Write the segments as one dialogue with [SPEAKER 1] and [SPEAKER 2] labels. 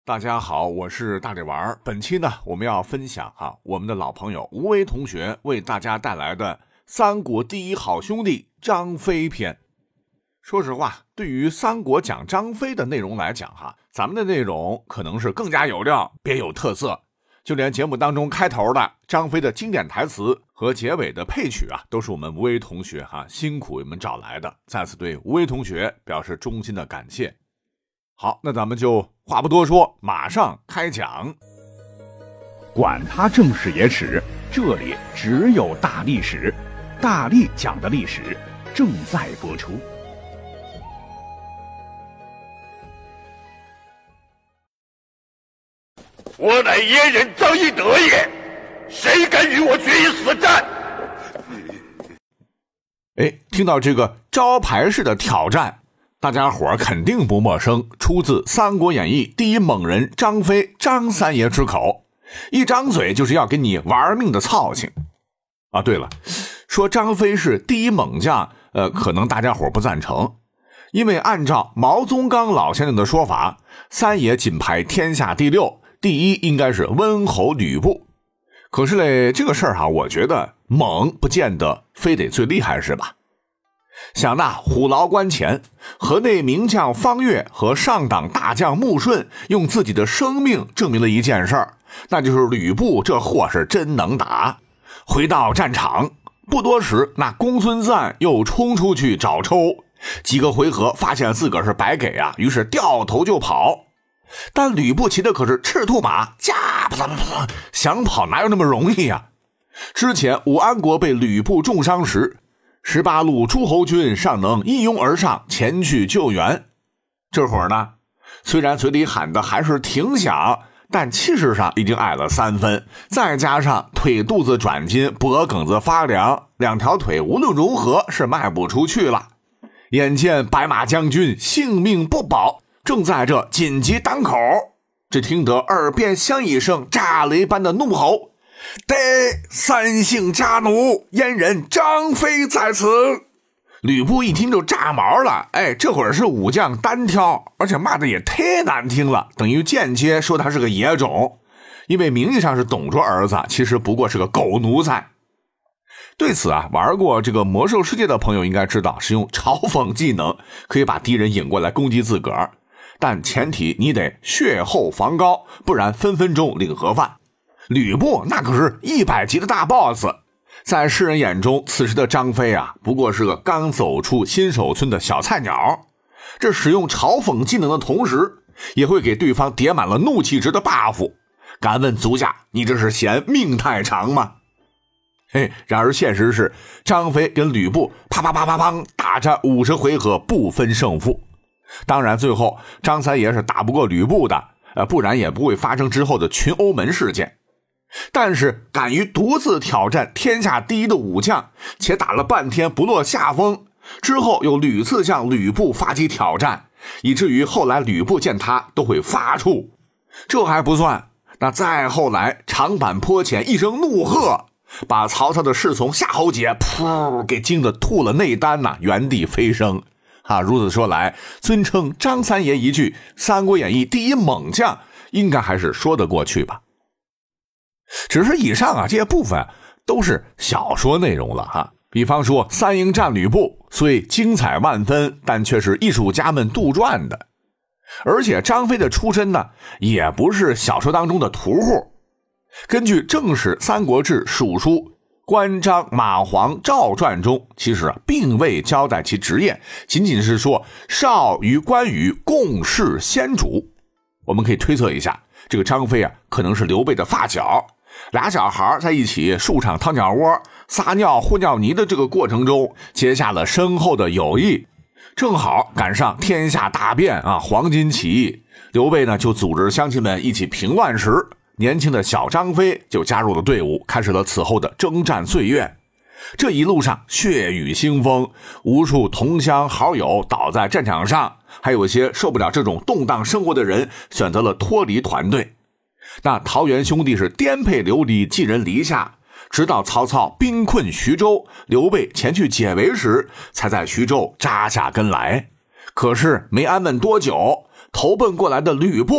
[SPEAKER 1] 大家好，我是大力丸。本期呢，我们要分享我们的老朋友吴为同学为大家带来的三国第一好兄弟张飞篇。说实话，对于三国讲张飞的内容来讲咱们的内容可能是更加有料，别有特色。就连节目当中开头的张飞的经典台词和结尾的配曲都是我们吴为同学辛苦我们找来的，再次对吴为同学表示衷心的感谢。好，那咱们就话不多说，马上开讲。
[SPEAKER 2] 管他正史野史，这里只有大历史，大力讲的历史正在播出。
[SPEAKER 3] 我乃燕人张翼德也，谁敢与我决一死战？
[SPEAKER 1] 听到这个招牌式的挑战，大家伙肯定不陌生，出自《三国演义》第一猛人张飞张三爷之口，一张嘴就是要给你玩命的操性。对了，说张飞是第一猛将，可能大家伙不赞成，因为按照毛宗岗老先生的说法，三爷仅排天下第六，第一应该是温侯吕布。可是嘞，这个事儿我觉得猛不见得非得最厉害是吧？想那虎牢关前，河内名将方悦和上党大将穆顺用自己的生命证明了一件事儿，那就是吕布这货是真能打。回到战场不多时，那公孙瓒又冲出去找抽，几个回合发现自个儿是白给于是掉头就跑。但吕布骑的可是赤兔马，想跑哪有那么容易之前武安国被吕布重伤时，18路诸侯军尚能一拥而上前去救援。这会儿呢，虽然嘴里喊的还是挺响，但气势上已经矮了3分，再加上腿肚子转筋，脖梗子发凉，两条腿无论如何是迈不出去了。眼见白马将军性命不保，正在这紧急当口，只听得耳边响一声炸雷般的怒吼：得三姓家奴，燕人张飞在此！吕布一听就炸毛了，这会儿是武将单挑，而且骂的也忒难听了，等于间接说他是个野种，因为名义上是董卓儿子，其实不过是个狗奴才。对此玩过这个魔兽世界的朋友应该知道，使用嘲讽技能可以把敌人引过来攻击自个儿，但前提你得血厚防高，不然分分钟领盒饭。吕布那可是100级的大 boss， 在世人眼中，此时的张飞不过是个刚走出新手村的小菜鸟。这使用嘲讽技能的同时，也会给对方叠满了怒气值的 buff。敢问足下，你这是嫌命太长吗？然而现实是，张飞跟吕布啪打着50回合不分胜负。当然最后张三爷是打不过吕布的，不然也不会发生之后的群殴门事件。但是敢于独自挑战天下第一的武将，且打了半天不落下风，之后又屡次向吕布发起挑战，以至于后来吕布见他都会发怵。这还不算，那再后来长坂坡前一声怒喝，把曹操的侍从夏侯杰给惊得吐了内丹原地飞升。如此说来，尊称张三爷一句《三国演义》第一猛将，应该还是说得过去吧。只是以上这些部分都是小说内容了比方说三英战吕布，虽精彩万分，但却是艺术家们杜撰的。而且张飞的出身呢，也不是小说当中的屠户。根据正史《三国志·蜀书》关张马黄赵传中，其实并未交代其职业，仅仅是说少与关羽共事先主。我们可以推测一下，这个张飞可能是刘备的发小，俩小孩在一起树上掏鸟窝撒尿和尿泥的这个过程中结下了深厚的友谊，正好赶上天下大变黄巾起义，刘备呢就组织乡亲们一起平乱时，年轻的小张飞就加入了队伍，开始了此后的征战岁月。这一路上血雨腥风，无数同乡好友倒在战场上，还有些受不了这种动荡生活的人选择了脱离团队。那桃园兄弟是颠沛流离，寄人篱下，直到曹操兵困徐州，刘备前去解围时，才在徐州扎下根来。可是没安稳多久，投奔过来的吕布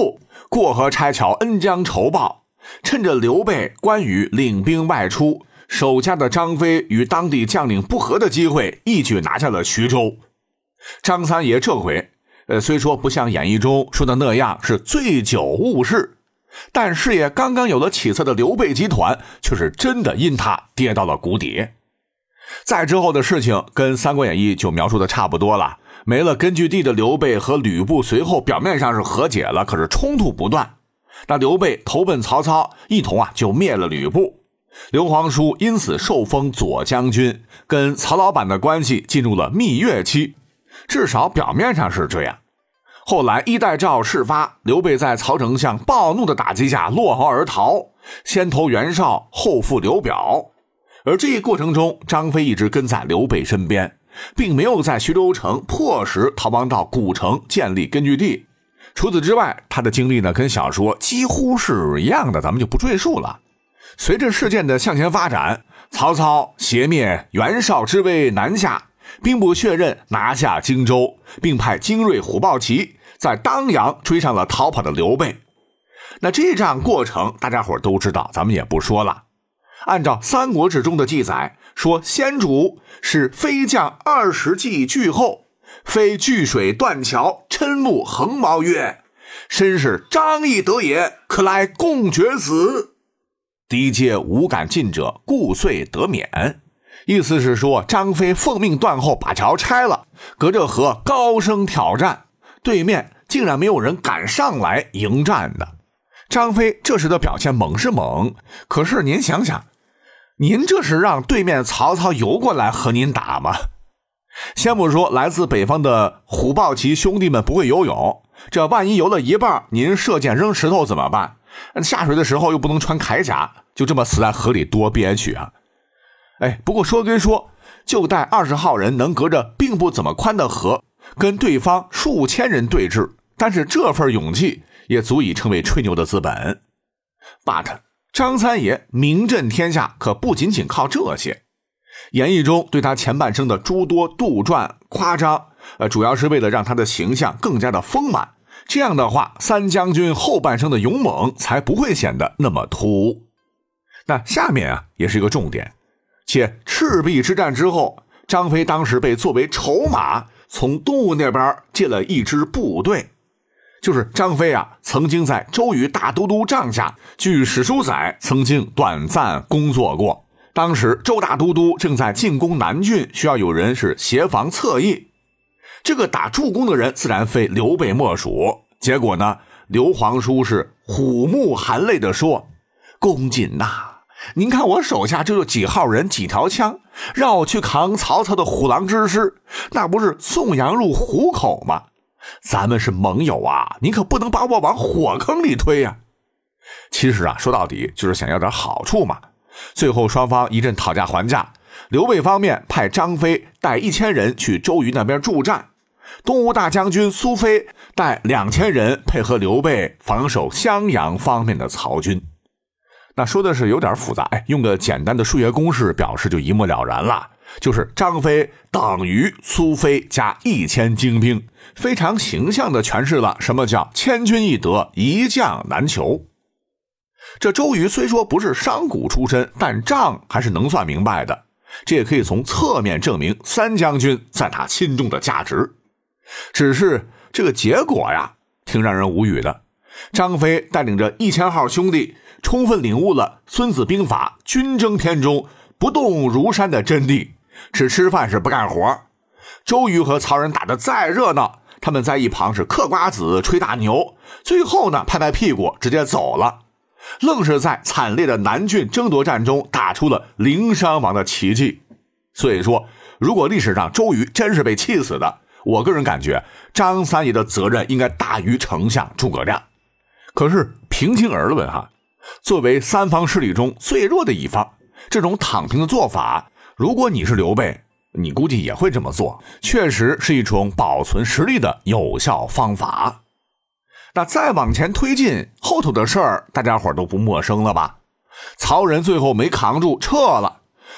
[SPEAKER 1] 过河拆桥，恩将仇报，趁着刘备、关羽领兵外出，守家的张飞与当地将领不和的机会，一举拿下了徐州。张三爷这回虽说不像演义中说的那样是醉酒误事，但事业刚刚有了起色的刘备集团却是真的因他跌到了谷底。再之后的事情跟《三国演义》就描述的差不多了，没了根据地的刘备和吕布随后表面上是和解了，可是冲突不断。那刘备投奔曹操，一同就灭了吕布。刘皇叔因此受封左将军，跟曹老板的关系进入了蜜月期，至少表面上是这样。后来衣带诏事发，刘备在曹丞相暴怒的打击下落荒而逃，先投袁绍，后附刘表。而这一过程中，张飞一直跟在刘备身边，并没有在徐州城迫使逃亡到古城建立根据地。除此之外，他的经历呢跟小说几乎是一样的，咱们就不赘述了。随着事件的向前发展，曹操挟灭袁绍之威南下，兵不血刃拿下荆州，并派精锐虎豹骑在当阳追上了逃跑的刘备。那这仗过程大家伙都知道，咱们也不说了。按照《三国志》中的记载说，先主是飞将20骑拒后，飞拒水断桥，嗔目横矛曰：身是张翼得也，可来共决死。敌皆无敢进者，故遂得免。意思是说，张飞奉命断后把桥拆了，隔着河高声挑战，对面竟然没有人敢上来迎战的。张飞这时的表现猛是猛，可是您想想，您这是让对面曹操游过来和您打吗？先不说来自北方的虎豹骑兄弟们不会游泳，这万一游了一半，您射箭扔石头怎么办？下水的时候又不能穿铠甲，就这么死在河里多憋屈啊！不过说归说，就带20号人能隔着并不怎么宽的河跟对方数千人对峙，但是这份勇气也足以成为吹牛的资本。But 张三爷名震天下可不仅仅靠这些，演义中对他前半生的诸多杜撰夸张，主要是为了让他的形象更加的丰满，这样的话三将军后半生的勇猛才不会显得那么突兀。那下面也是一个重点，且赤壁之战之后，张飞当时被作为筹码从东吴那边借了一支部队，就是张飞曾经在周瑜大都督帐下，据史书载曾经短暂工作过。当时周大都督正在进攻南郡，需要有人是协防侧翼，这个打助攻的人自然非刘备莫属。结果呢，刘皇叔是虎目含泪地说：公瑾您看我手下就有几号人几条枪，让我去扛曹操的虎狼之师，那不是送羊入虎口吗？咱们是盟友您可不能把我往火坑里推呀！其实说到底就是想要点好处嘛。最后双方一阵讨价还价，刘备方面派张飞带1000人去周瑜那边助战，东吴大将军苏飞带2000人配合刘备防守襄阳方面的曹军。那说的是有点复杂，用个简单的数学公式表示就一目了然了，就是张飞等于苏飞加1000精兵，非常形象地诠释了什么叫千军易得，一将难求。这周瑜虽说不是商贾出身，但账还是能算明白的，这也可以从侧面证明三将军在他心中的价值。只是这个结果挺让人无语的。张飞带领着1000号兄弟，充分领悟了孙子兵法军争篇中不动如山的真谛，只吃饭是不干活。周瑜和曹仁打得再热闹，他们在一旁是嗑瓜子吹大牛，最后呢拍拍屁股直接走了，愣是在惨烈的南郡争夺战中打出了零伤亡的奇迹。所以说，如果历史上周瑜真是被气死的，我个人感觉张三爷的责任应该大于丞相诸葛亮。可是平心而论作为三方势力中最弱的一方，这种躺平的做法，如果你是刘备，你估计也会这么做，确实是一种保存实力的有效方法。那再往前推进，后头的事儿大家伙都不陌生了吧？曹仁最后没扛住撤了，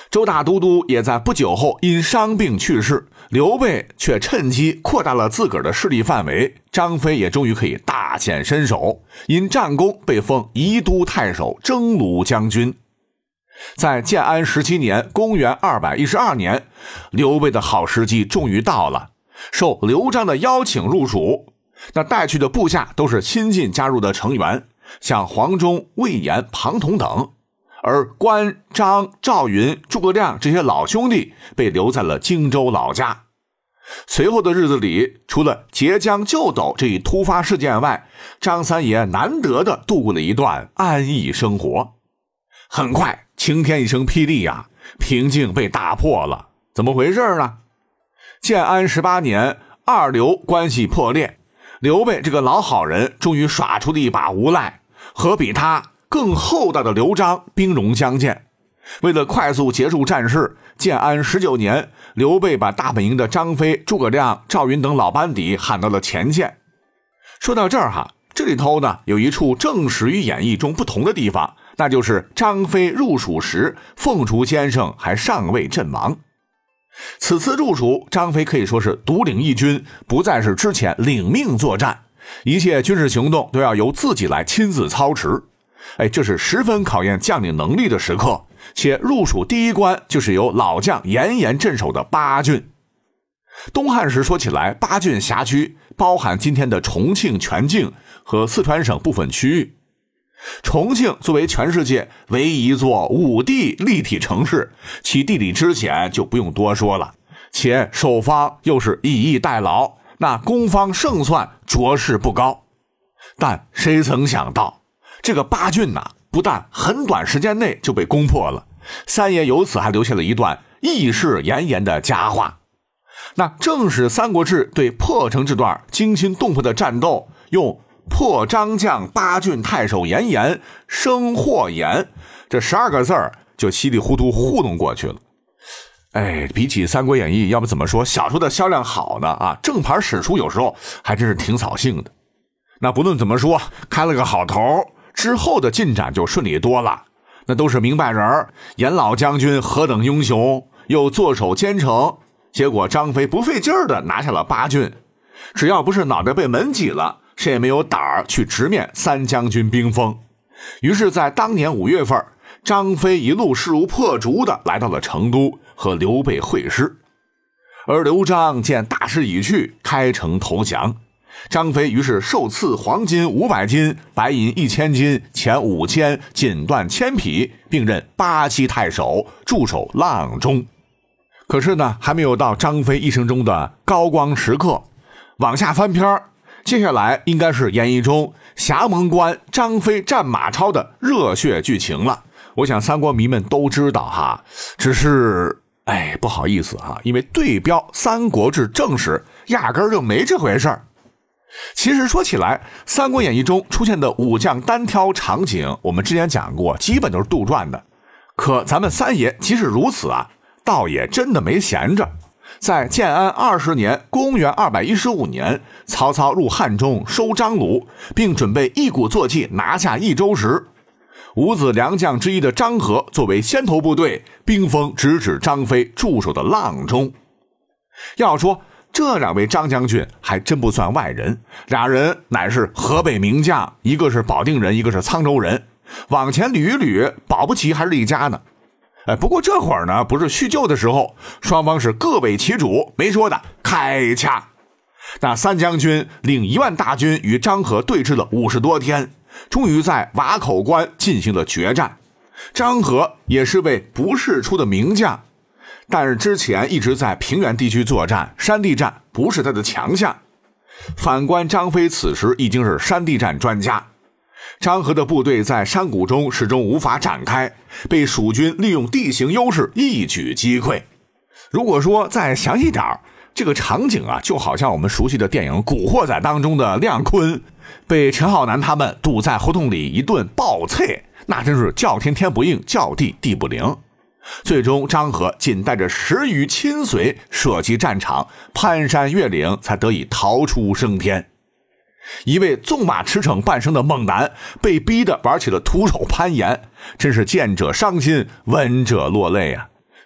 [SPEAKER 1] 周大都督也在不久后因伤病去世，刘备却趁机扩大了自个儿的势力范围，张飞也终于可以大显身手，因战功被封宜都太守、征虏将军。在建安17年，公元212年，刘备的好时机终于到了，受刘璋的邀请入蜀，那带去的部下都是新晋加入的成员，像黄忠、魏延、庞统等。而关、张、赵云、诸葛亮这些老兄弟被留在了荆州老家。随后的日子里，除了截江救斗这一突发事件外，张三爷难得的度过了一段安逸生活。很快，晴天一声霹雳啊，平静被打破了。怎么回事呢？建安18年，二刘关系破裂，刘备这个老好人终于耍出了一把无赖，和比他更厚道的刘璋兵戎相见。为了快速结束战事，建安19年，刘备把大本营的张飞、诸葛亮、赵云等老班底喊到了前线。说到这儿这里头呢有一处正史与演义中不同的地方，那就是张飞入蜀时，凤雏先生还尚未阵亡。此次入蜀，张飞可以说是独领一军，不再是之前领命作战，一切军事行动都要由自己来亲自操持。这是十分考验将领能力的时刻，且入蜀第一关就是由老将严严镇守的巴郡。东汉时说起来，巴郡辖区包含今天的重庆、全境和四川省部分区域。重庆作为全世界唯一一座5地立体城市，其地理之险就不用多说了，且守方又是以逸待劳，那攻方胜算着实不高。但谁曾想到，这个巴郡不但很短时间内就被攻破了，三爷由此还留下了一段义士炎炎的佳话。那正是《三国志》对破城这段惊心动魄的战斗，用破张将巴郡太守严颜生祸延这12个字儿就稀里糊涂糊弄过去了。比起《三国演义》，要不怎么说小说的销量好呢？正牌史书有时候还真是挺扫兴的。那不论怎么说，开了个好头，之后的进展就顺利多了。那都是明白人，严老将军何等英雄，又坐守坚城，结果张飞不费劲儿的拿下了巴郡。只要不是脑袋被门挤了，谁也没有胆儿去直面三将军兵锋。于是在当年5月份，张飞一路势如破竹的来到了成都，和刘备会师。而刘璋见大势已去，开城投降。张飞于是受赐黄金500斤、白银1000斤、钱5000、锦缎1000匹，并任巴西太守，驻守阆中。可是呢，还没有到张飞一生中的高光时刻。往下翻篇，接下来应该是演义中侠盟关张飞战马超的热血剧情了。我想三国迷们都知道只是不好意思因为对标《三国志》正史，压根儿就没这回事儿。其实说起来，《三国演义》中出现的武将单挑场景，我们之前讲过，基本都是杜撰的。可咱们三爷即使如此倒也真的没闲着。在建安20年，公元215年，曹操入汉中收张鲁，并准备一鼓作气拿下益州时，五子良将之一的张合作为先头部队，兵锋直指张飞驻守的阆中。要说这2位张将军还真不算外人，俩人乃是河北名将，一个是保定人，一个是沧州人，往前捋一捋，保不齐还是一家呢。不过这会儿呢，不是叙旧的时候，双方是各为其主，没说的开掐。那三将军领1万大军与张合对峙了50多天，终于在瓦口关进行了决战。张合也是位不世出的名将，但是之前一直在平原地区作战，山地战不是他的强项。反观张飞此时已经是山地战专家，张合的部队在山谷中始终无法展开，被蜀军利用地形优势一举击溃。如果说再详细点，这个场景就好像我们熟悉的电影《古惑仔》当中的亮坤被陈浩南他们堵在胡同里一顿暴啐，那真是叫天天不应，叫地地不灵。最终张合仅带着10余亲随舍弃战场，攀山越岭，才得以逃出升天。一位纵马驰骋半生的猛男被逼得玩起了徒手攀岩，真是见者伤心，闻者落泪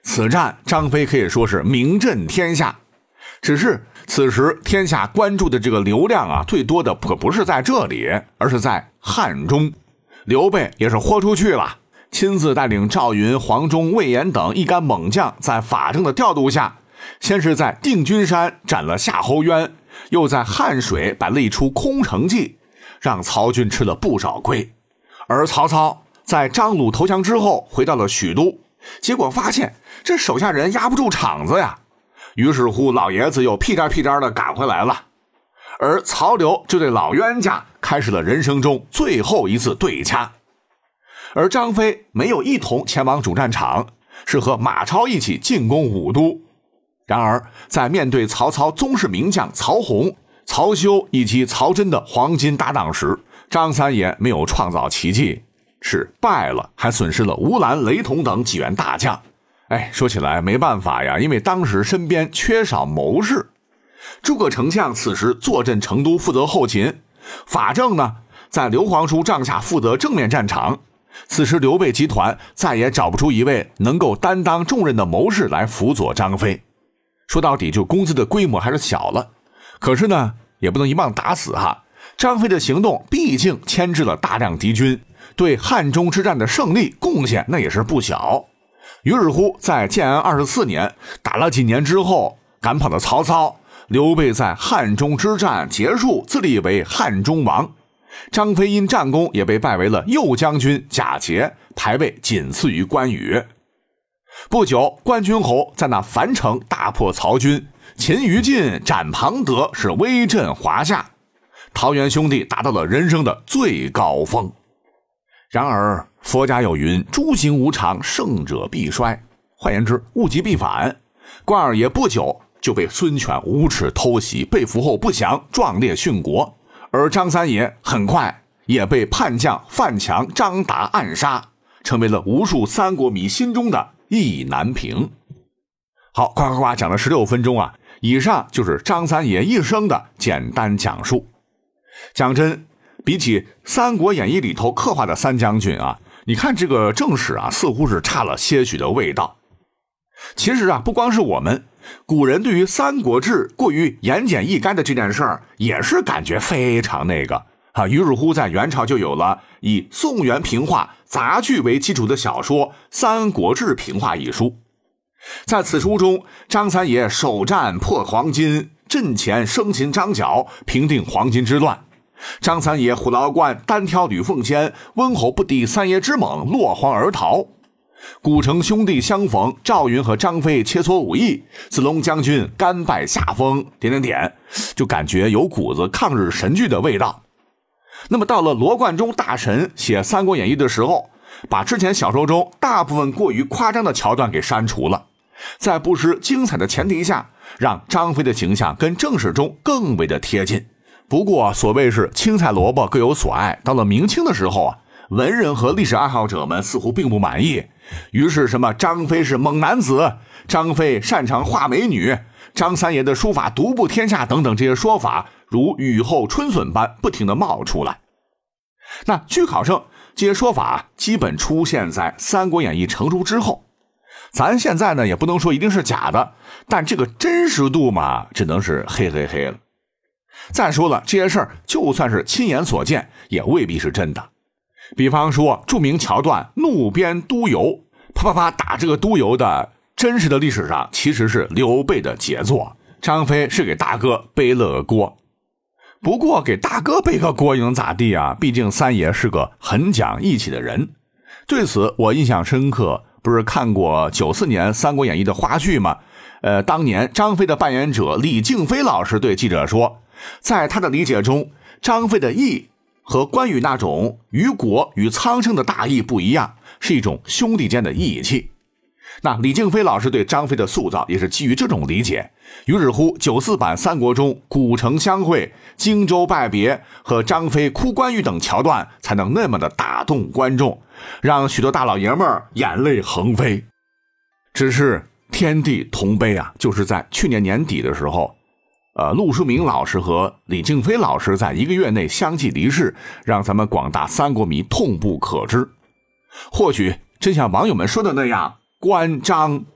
[SPEAKER 1] 此战张飞可以说是名震天下。只是此时天下关注的这个流量啊，最多的可不是在这里，而是在汉中。刘备也是豁出去了，亲自带领赵云、黄忠、魏延等一干猛将，在法正的调度下，先是在定军山斩了夏侯渊，又在汉水摆了一出空城计，让曹军吃了不少亏。而曹操在张鲁投降之后回到了许都，结果发现这手下人压不住场子呀，于是乎老爷子又屁颠屁颠的赶回来了。而曹刘就对老冤家开始了人生中最后一次对掐。而张飞没有一同前往主战场，是和马超一起进攻武都。然而在面对曹操宗室名将曹洪、曹休以及曹真的黄金搭档时，张三爷没有创造奇迹，是败了，还损失了吴兰、雷同等几员大将。说起来没办法呀，因为当时身边缺少谋士。诸葛丞相此时坐镇成都负责后勤，法正呢在刘皇叔帐下负责正面战场。此时刘备集团再也找不出一位能够担当重任的谋士来辅佐张飞。说到底就公司的规模还是小了，可是呢也不能一棒打死哈。张飞的行动毕竟牵制了大量敌军，对汉中之战的胜利贡献那也是不小。于是乎在建安24年打了几年之后，赶跑了曹操，刘备在汉中之战结束，自立为汉中王。张飞因战功也被拜为了右将军、假节，排位仅次于关羽。不久，关军侯在那樊城大破曹军，擒于禁，斩庞德，是威震华夏。桃园兄弟达到了人生的最高峰。然而佛家有云，诸行无常，胜者必衰，换言之物极必反。关二爷不久就被孙权无耻偷袭，被俘后不降，壮烈殉国。而张三爷很快也被叛将范强、张达暗杀，成为了无数三国迷心中的意难平。好，夸夸夸讲了16分钟啊！以上就是张三爷一生的简单讲述。讲真，比起《三国演义》里头刻画的三将军啊，你看这个正史啊，似乎是差了些许的味道。其实啊，不光是我们，古人对于《三国志》过于言简意赅的这件事儿，也是感觉非常那个啊。于是乎，在元朝就有了以宋元平话杂剧为基础的小说《三国志平话》一书。在此书中，张三爷首战破黄巾，阵前生擒张角，平定黄巾之乱。张三爷虎牢关单挑吕奉先，温侯不敌三爷之猛，落荒而逃。古城兄弟相逢，赵云和张飞切磋武艺，子龙将军甘拜下风，就感觉有股子抗日神剧的味道。那么到了罗贯中大神写《三国演义》的时候，把之前小说中大部分过于夸张的桥段给删除了，在不失精彩的前提下，让张飞的形象跟正史中更为的贴近。不过所谓是青菜萝卜各有所爱，到了明清的时候啊，文人和历史爱好者们似乎并不满意，于是什么张飞是猛男子，张飞擅长画美女，张三爷的书法独步天下等等这些说法如雨后春笋般不停地冒出来。那据考证，这些说法基本出现在《三国演义》成书之后。咱现在呢也不能说一定是假的，但这个真实度嘛，只能是嘿嘿嘿了。再说了，这些事儿就算是亲眼所见，也未必是真的。比方说著名桥段怒鞭督邮，啪啪啪打这个督邮的真实的历史上其实是刘备的杰作，张飞是给大哥背了个锅。不过给大哥背个锅又能咋地啊？毕竟三爷是个很讲义气的人。对此我印象深刻，不是看过94年《三国演义》的花絮吗？当年张飞的扮演者李静飞老师对记者说，在他的理解中，张飞的义和关羽那种于国与苍生的大义不一样，是一种兄弟间的义气。那李静飞老师对张飞的塑造也是基于这种理解，于是乎94版三国中古城相会、荆州拜别和张飞哭关羽等桥段才能那么的打动观众，让许多大老爷们儿眼泪横飞。只是天地同悲啊，就是在去年年底的时候，陆书明老师和李静飞老师在1个月内相继离世，让咱们广大三国迷痛不可支。或许真像网友们说的那样，关张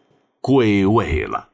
[SPEAKER 1] 归位了。